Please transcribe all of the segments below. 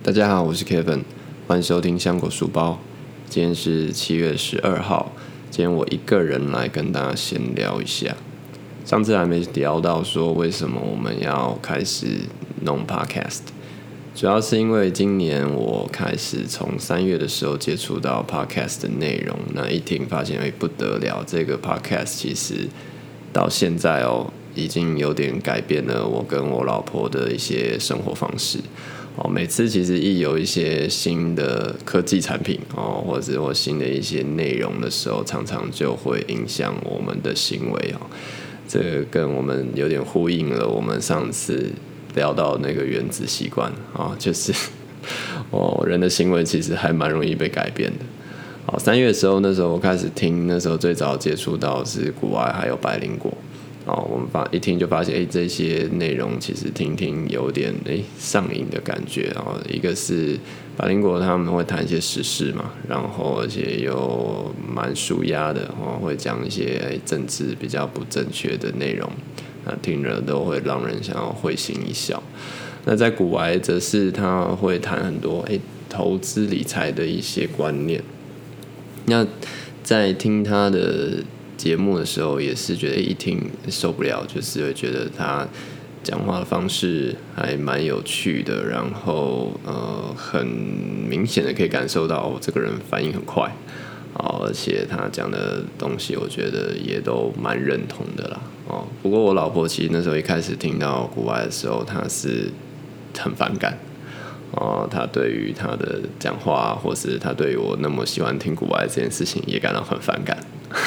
大家好，我是 Kevin， 欢迎收听香果书包。今天是7月12号，今天我一个人来跟大家闲聊一下。上次还没聊到说为什么我们要开始弄 Podcast， 主要是因为今年我开始从3月的时候接触到 Podcast 的内容，那一听发现不得了，这个 Podcast 其实到现在已经有点改变了我跟我老婆的一些生活方式。每次其实一有一些新的科技产品或者我新的一些内容的时候，常常就会影响我们的行为这个跟我们有点呼应了我们上次聊到那个原子习惯就是人的行为其实还蛮容易被改变的。3月的时候，那时候我开始听，那时候最早接触到是古外还有百灵果。我们一听就发现这些内容其实听听有点上瘾的感觉。一个是百灵果他们会谈一些时事嘛，然后而且又蛮抒压的会讲一些政治比较不正确的内容，听了都会让人想要会心一笑。那在古外则是他会谈很多投资理财的一些观念。那在听他的节目的时候，也是觉得一听受不了，就是会觉得他讲话的方式还蛮有趣的，然后很明显的可以感受到这个人反应很快，而且他讲的东西我觉得也都蛮认同的啦。不过我老婆其实那时候一开始听到国外的时候，她是很反感。他对于他的讲话，或是他对于我那么喜欢听古外这件事情也感到很反感。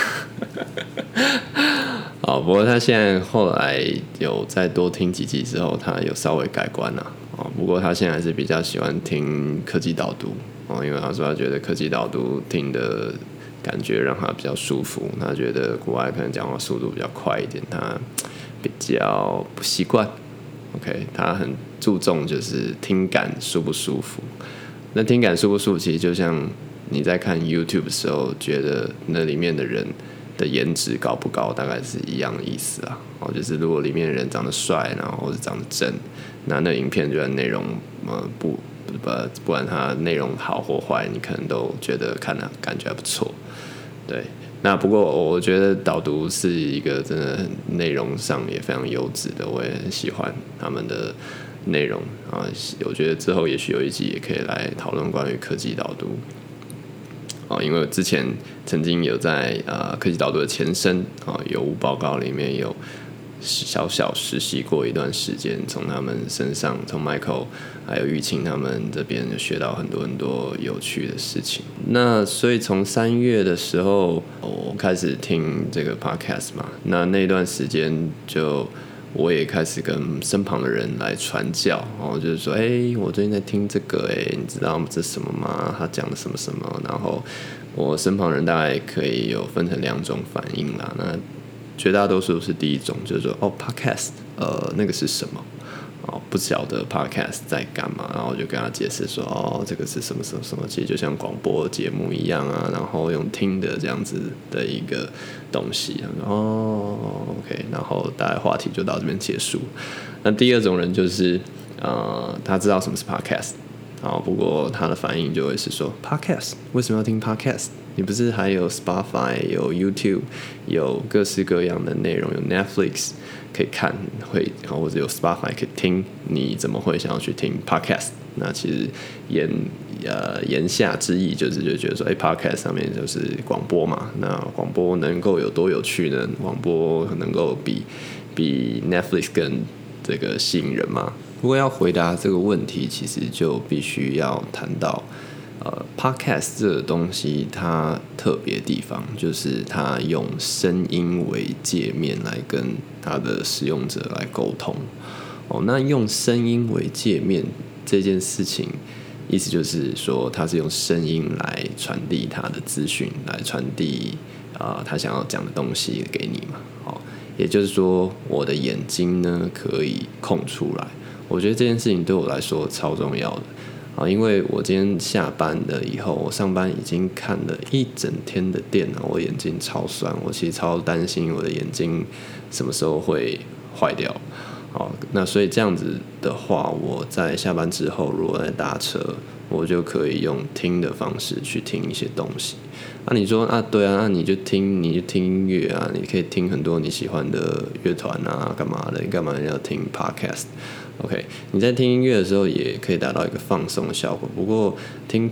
不过他现在后来有再多听几集之后，他有稍微改观了。不过他现在还是比较喜欢听科技导读，因为他说他觉得科技导读听的感觉让他比较舒服。他觉得国外可能讲话速度比较快一点，他比较不习惯。OK， 他很注重就是听感舒不舒服。那听感舒不舒服，其实就像你在看 YouTube 的时候，觉得那里面的人的颜值高不高，大概是一样的意思啊。就是如果里面的人长得帅，然后或者长得正，那影片就算内容不管它内容好或坏，你可能都觉得看了感觉还不错。对。那不过我觉得导读是一个真的内容上也非常优质的，我也很喜欢他们的内容我觉得之后也许有一集也可以来讨论关于科技导读因为我之前曾经有在科技导读的前身有无报告里面有小小实习过一段时间，从他们身上，从 Michael 还有玉清他们这边就学到很多很多有趣的事情。那所以从3月的时候我开始听这个 podcast 嘛，那段时间就我也开始跟身旁的人来传教就是说我最近在听这个你知道这是什么吗？他讲的什么什么，然后我身旁人大概可以有分成2种反应啦。那绝大多数是第一种，就是说podcast 那个是什么不晓得 podcast 在干嘛，然后我就跟他解释说这个是什么什么什么，其实就像广播节目一样然后用听的这样子的一个东西OK， 然后大概话题就到这边结束。那第二种人就是他知道什么是 podcast， 不过他的反应就会是说 podcast 为什么要听 podcast？你不是还有 Spotify 有 YouTube 有各式各样的内容，有 Netflix 可以看或者有 Spotify 可以听，你怎么会想要去听 Podcast？ 那其实言下之意就觉得说Podcast 上面就是广播嘛，那广播能够有多有趣呢？广播能够比 Netflix 更这个吸引人吗？不过要回答这个问题，其实就必须要谈到Podcast 这个东西它特别的地方，就是它用声音为界面来跟它的使用者来沟通那用声音为界面这件事情，意思就是说它是用声音来传递它的资讯，来传递他想要讲的东西给你嘛也就是说我的眼睛呢可以空出来，我觉得这件事情对我来说超重要的因为我今天下班了以后，我上班已经看了一整天的电脑，我眼睛超酸，我其实超担心我的眼睛什么时候会坏掉好，那所以这样子的话，我在下班之后如果在搭车，我就可以用听的方式去听一些东西。你说对啊，你就听音乐啊，你可以听很多你喜欢的乐团啊，干嘛的？你干嘛要听 podcast？OK， 你在听音乐的时候也可以达到一个放松的效果。不过听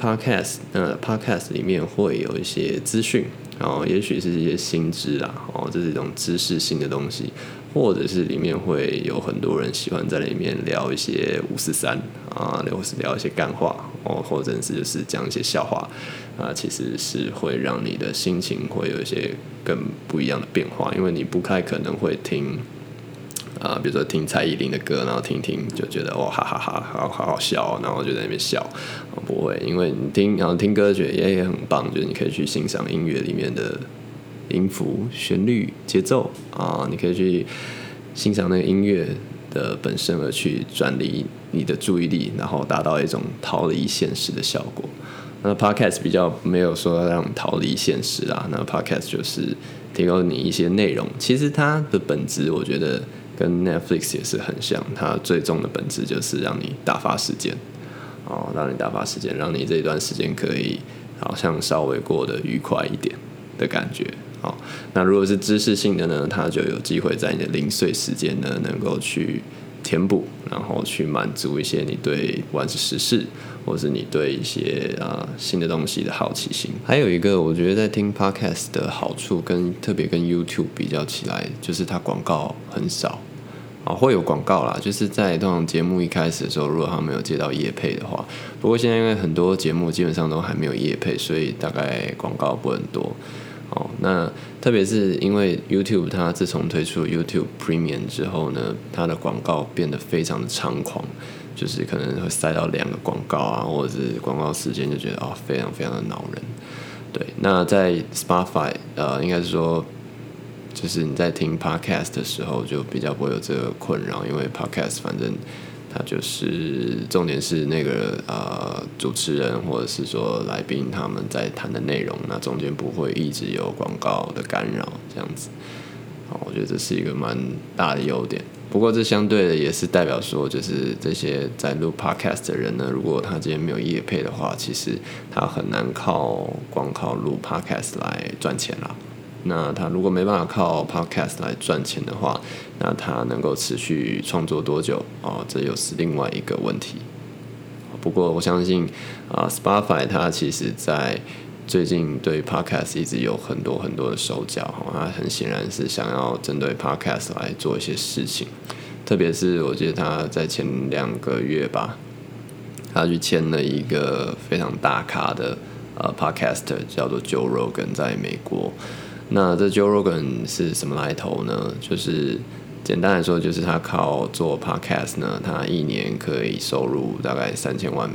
podcast 里面会有一些资讯，也许是一些新知啊，这是一种知识性的东西，或者是里面会有很多人喜欢在里面聊一些543啊，聊一些干话或者是就是讲一些笑话其实是会让你的心情会有一些更不一样的变化，因为你不太可能会听。比如说听蔡依林的歌，然后听就觉得哈哈哈，好笑然后就在那边笑。不会，因为你听歌曲也很棒，就是你可以去欣赏音乐里面的音符、旋律、节奏你可以去欣赏那个音乐的本身，而去转移你的注意力，然后达到一种逃离现实的效果。那 podcast 比较没有说让你逃离现实那 podcast 就是提供你一些内容。其实它的本质，我觉得跟 Netflix 也是很像，它最终的本质就是让你打发时间让你这一段时间可以好像稍微过得愉快一点的感觉。那如果是知识性的呢，它就有机会在你的零碎时间呢，能够去填补，然后去满足一些你对不管是时事，或是你对一些新的东西的好奇心。还有一个，我觉得在听 podcast 的好处，特别跟 YouTube 比较起来，就是它广告很少。会有广告啦，就是在通常节目一开始的时候，如果他没有接到业配的话。不过现在因为很多节目基本上都还没有业配，所以大概广告不很多。那特别是因为 YouTube 它自从推出 YouTube Premium 之后呢，它的广告变得非常的猖狂，就是可能会塞到2个广告或者是广告时间就觉得非常非常的恼人。对，那在 Spotify 应该是说，就是你在听 podcast 的时候就比较不会有这个困扰，因为 podcast 反正它就是重点是那个主持人或者是说来宾他们在谈的内容，那中间不会一直有广告的干扰这样子。我觉得这是一个蛮大的优点。不过这相对的也是代表说，就是这些在录 podcast 的人呢，如果他今天没有业配的话，其实他很难光靠录 podcast 来赚钱啦。那他如果没办法靠 podcast 来赚钱的话，那他能够持续创作多久这又是另外一个问题。不过我相信Spotify 它其实在最近对 podcast 一直有很多很多的手脚它很显然是想要针对 podcast 来做一些事情。特别是我记得他在前2个月吧，他去签了一个非常大咖的podcaster 叫做 Joe Rogan， 在美国。那这 Joe Rogan 是什么来头呢？就是简单来说，就是他靠做 podcast 呢，他一年可以收入大概$3000万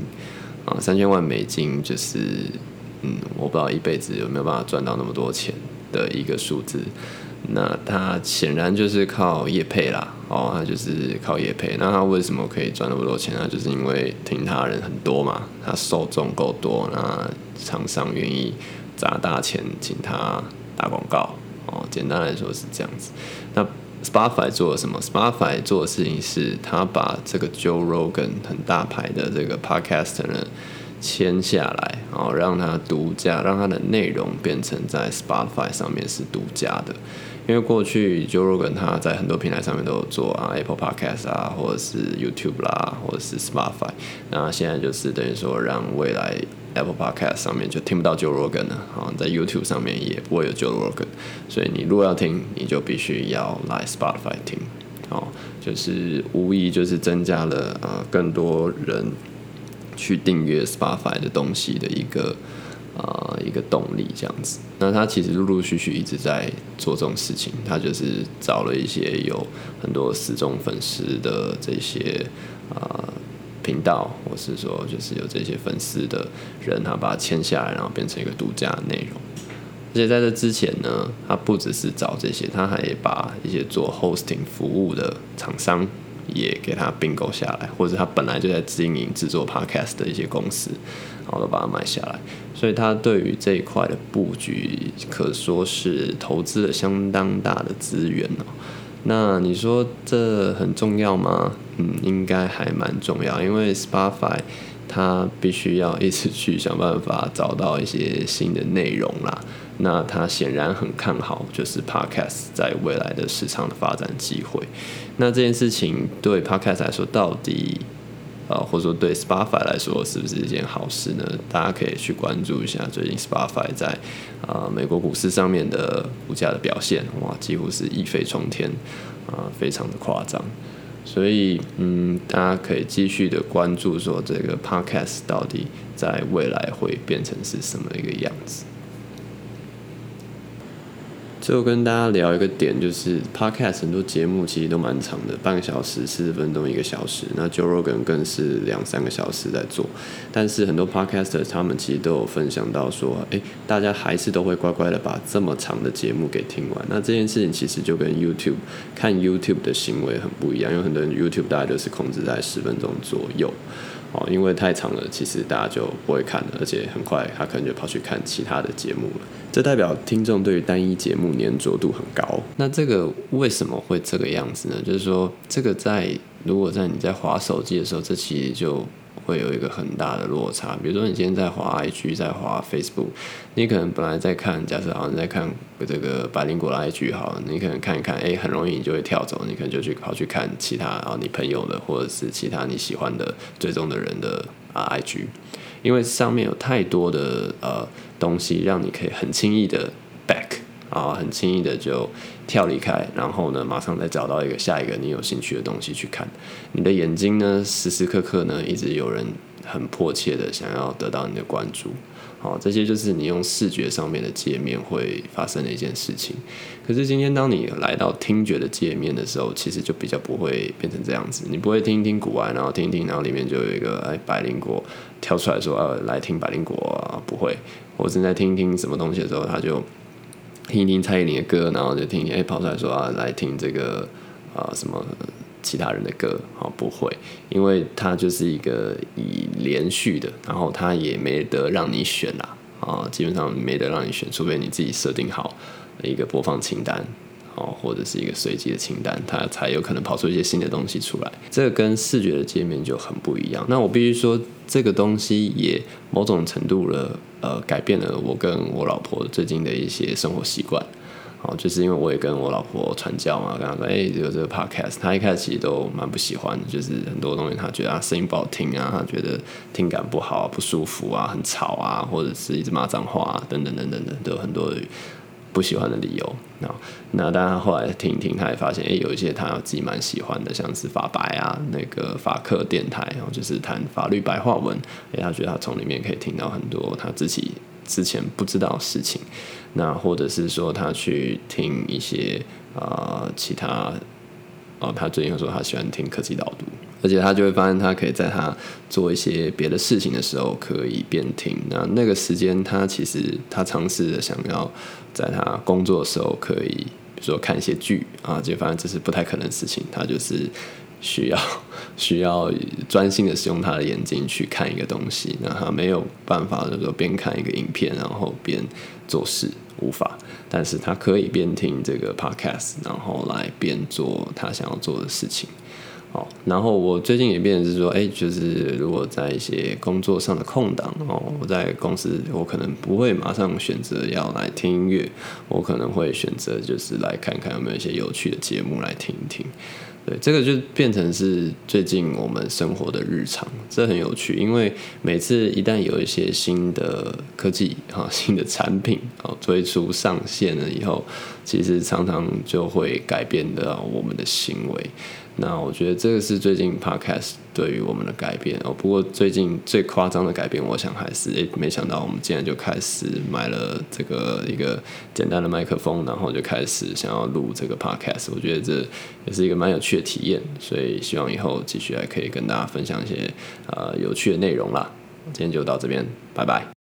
$3000万就是我不知道一辈子有没有办法赚到那么多钱的一个数字。那他显然就是靠业配啦，他就是靠业配。那他为什么可以赚那么多钱呢？就是因为听他人很多嘛，他受众够多，那厂商愿意砸大钱请他打广告简单来说是这样子。那 Spotify 做了什么？ Spotify 做的事情是他把这个 Joe Rogan 很大牌的这个 podcaster 呢签下来让他独家，让他的内容变成在 Spotify 上面是独家的。因为过去 Joe Rogan 他在很多平台上面都有做Apple Podcast 或者是 YouTube 啦，或者是 Spotify。那现在就是等于说让未来 Apple Podcast 上面就听不到 Joe Rogan 了在 YouTube 上面也不会有 Joe Rogan。所以你如果要听，你就必须要来 Spotify 听就是无疑就是增加了更多人去订阅 Spotify 的东西的一个动力这样子。那他其实陆陆续续一直在做这种事情，他就是找了一些有很多死忠粉丝的这些频道，或是说就是有这些粉丝的人，他把它签下来，然后变成一个独家的内容。而且在这之前呢，他不只是找这些，他还把一些做 hosting 服务的厂商也给他并购下来，或者他本来就在经营制作 podcast 的一些公司，然后都把它买下来。所以他对于这一块的布局可说是投资了相当大的资源那你说这很重要吗？应该还蛮重要，因为 Spotify 它必须要一直去想办法找到一些新的内容啦。那它显然很看好就是 Podcast 在未来的市场的发展机会。那这件事情对 Podcast 来说到底或者说对 Spotify 来说是不是一件好事呢？大家可以去关注一下最近 Spotify 在美国股市上面的股价的表现，哇，几乎是一飞冲天，非常的夸张。所以大家可以继续的关注说这个 Podcast 到底在未来会变成是什么一个样子。最后跟大家聊一个点，就是 Podcast 很多节目其实都蛮长的，半个小时、40分钟、1个小时。那 Joe Rogan 更是2-3个小时在做。但是很多 Podcaster 他们其实都有分享到说，大家还是都会乖乖的把这么长的节目给听完。那这件事情其实就跟 看 YouTube 的行为很不一样，因为很多人 YouTube 大概就是控制在10分钟左右。因为太长了，其实大家就不会看了，而且很快他可能就跑去看其他的节目了。这代表听众对于单一节目黏着度很高。那这个为什么会这个样子呢？就是说，这个如果你在滑手机的时候，这其实就会有一个很大的落差。比如说，你今天在滑 IG， 在滑 Facebook， 你可能本来在看，假设好像在看这个百灵果的 IG 好了，你可能看一看，很容易你就会跳走，你可能就跑去看其他你朋友的，或者是其他你喜欢的追踪的人的IG， 因为上面有太多的东西，让你可以很轻易的 很轻易的就跳离开，然后呢，马上再找到下一个你有兴趣的东西去看。你的眼睛呢，时时刻刻呢，一直有人很迫切的想要得到你的关注。这些就是你用视觉上面的界面会发生的一件事情。可是今天当你来到听觉的界面的时候，其实就比较不会变成这样子。你不会听一听古玩，然后听一听，然后里面就有一个百灵果跳出来说来听百灵果不会。或者在听一听什么东西的时候，他就听一听蔡依林的歌，然后就听一听跑出来说来听这个什么其他人的歌，不会，因为它就是一个以连续的，然后它也没得让你选啦，基本上没得让你选，除非你自己设定好一个播放清单，或者是一个随机的清单，它才有可能跑出一些新的东西出来。这个跟视觉的界面就很不一样。那我必须说，这个东西也某种程度改变了我跟我老婆最近的一些生活习惯。就是因为我也跟我老婆传教嘛，跟她说有这个 podcast， 她一开始其实都蛮不喜欢的，就是很多东西她觉得声音不好听啊，她觉得听感不好不舒服啊，很吵啊，或者是一直骂脏话等等等等的，都有很多不喜欢的理由。那当然后来听一听，他也发现有一些他自己蛮喜欢的，像是法白啊，那个法客电台，就是谈法律白话文，他觉得他从里面可以听到很多他自己之前不知道的事情。那或者是说他去听一些其他他最近说他喜欢听科技导读，而且他就会发现他可以在他做一些别的事情的时候可以边听。那个时间他其实他尝试的想要在他工作的时候可以比如说看一些剧就发现这是不太可能的事情，他就是需要专心的使用他的眼睛去看一个东西，那他没有办法就是说边看一个影片然后边做事，无法，但是他可以边听这个 podcast 然后来边做他想要做的事情。然后我最近也变成是说就是如果在一些工作上的空档我在公司我可能不会马上选择要来听音乐，我可能会选择就是来看看有没有一些有趣的节目来听一听。对，这个就变成是最近我们生活的日常，这很有趣，因为每次一旦有一些新的科技新的产品推出上线了以后，其实常常就会改变到我们的行为。那我觉得这个是最近 podcast 对于我们的改变不过最近最夸张的改变，我想还是没想到我们竟然就开始买了这个一个简单的麦克风，然后就开始想要录这个 podcast。我觉得这也是一个蛮有趣的体验，所以希望以后继续还可以跟大家分享一些有趣的内容啦。今天就到这边，拜拜。